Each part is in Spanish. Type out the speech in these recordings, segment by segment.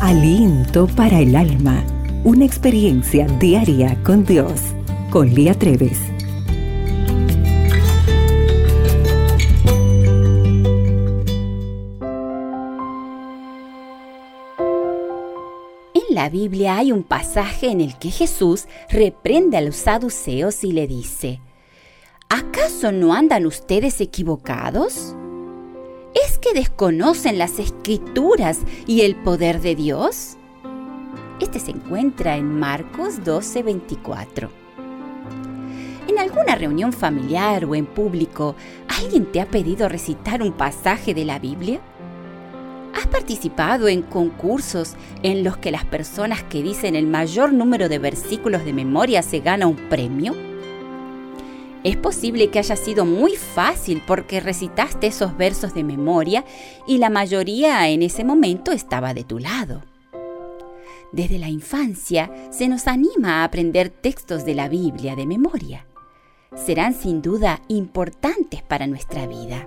Aliento para el alma. Una experiencia diaria con Dios. Con Lía Treves. En la Biblia hay un pasaje en el que Jesús reprende a los saduceos y le dice: ¿acaso no andan ustedes equivocados? ¿Es que desconocen las Escrituras y el poder de Dios? Este se encuentra en Marcos 12:24. En alguna reunión familiar o en público, ¿alguien te ha pedido recitar un pasaje de la Biblia? ¿Has participado en concursos en los que las personas que dicen el mayor número de versículos de memoria se gana un premio? Es posible que haya sido muy fácil porque recitaste esos versos de memoria y la mayoría en ese momento estaba de tu lado. Desde la infancia se nos anima a aprender textos de la Biblia de memoria. Serán sin duda importantes para nuestra vida.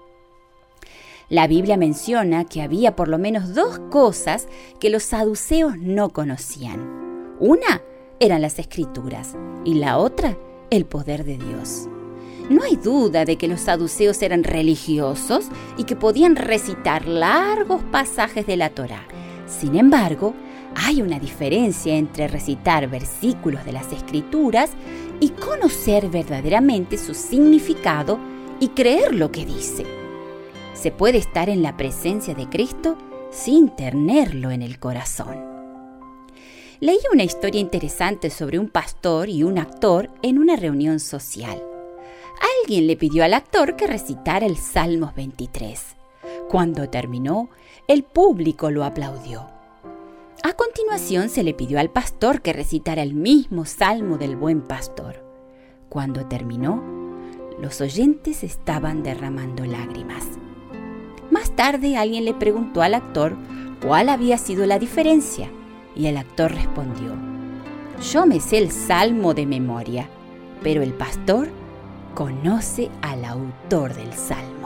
La Biblia menciona que había por lo menos dos cosas que los saduceos no conocían. Una eran las Escrituras y la otra el poder de Dios. No hay duda de que los saduceos eran religiosos y que podían recitar largos pasajes de la Torá. Sin embargo, hay una diferencia entre recitar versículos de las Escrituras y conocer verdaderamente su significado y creer lo que dice. Se puede estar en la presencia de Cristo sin tenerlo en el corazón. Leí una historia interesante sobre un pastor y un actor en una reunión social. Alguien le pidió al actor que recitara el Salmos 23. Cuando terminó, el público lo aplaudió. A continuación se le pidió al pastor que recitara el mismo Salmo del Buen Pastor. Cuando terminó, los oyentes estaban derramando lágrimas. Más tarde alguien le preguntó al actor cuál había sido la diferencia. Y el actor respondió: yo me sé el Salmo de memoria, pero el pastor conoce al autor del Salmo.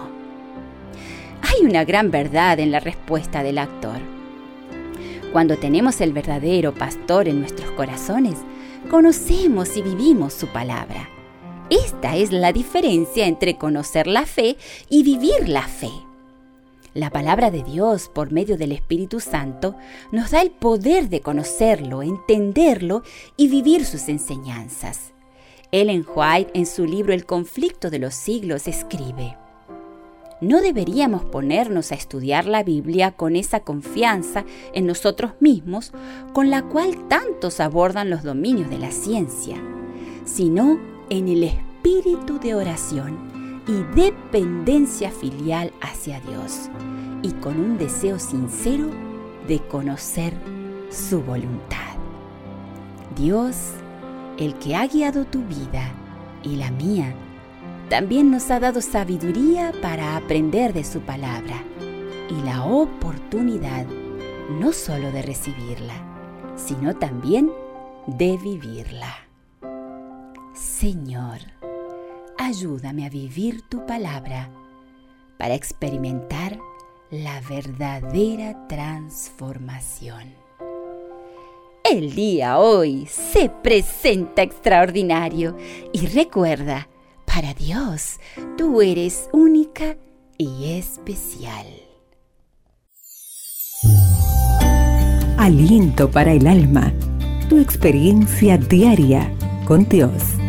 Hay una gran verdad en la respuesta del actor. Cuando tenemos el verdadero pastor en nuestros corazones, conocemos y vivimos su palabra. Esta es la diferencia entre conocer la fe y vivir la fe. La palabra de Dios, por medio del Espíritu Santo, nos da el poder de conocerlo, entenderlo y vivir sus enseñanzas. Ellen White, en su libro El conflicto de los siglos, escribe: no deberíamos ponernos a estudiar la Biblia con esa confianza en nosotros mismos con la cual tantos abordan los dominios de la ciencia, sino en el espíritu de oración y dependencia filial hacia Dios, y con un deseo sincero de conocer su voluntad. Dios, el que ha guiado tu vida y la mía, también nos ha dado sabiduría para aprender de su palabra y la oportunidad no solo de recibirla, sino también de vivirla. Señor, ayúdame a vivir tu palabra para experimentar la verdadera transformación. El día hoy se presenta extraordinario y recuerda, para Dios, tú eres única y especial. Aliento para el alma. Tu experiencia diaria con Dios.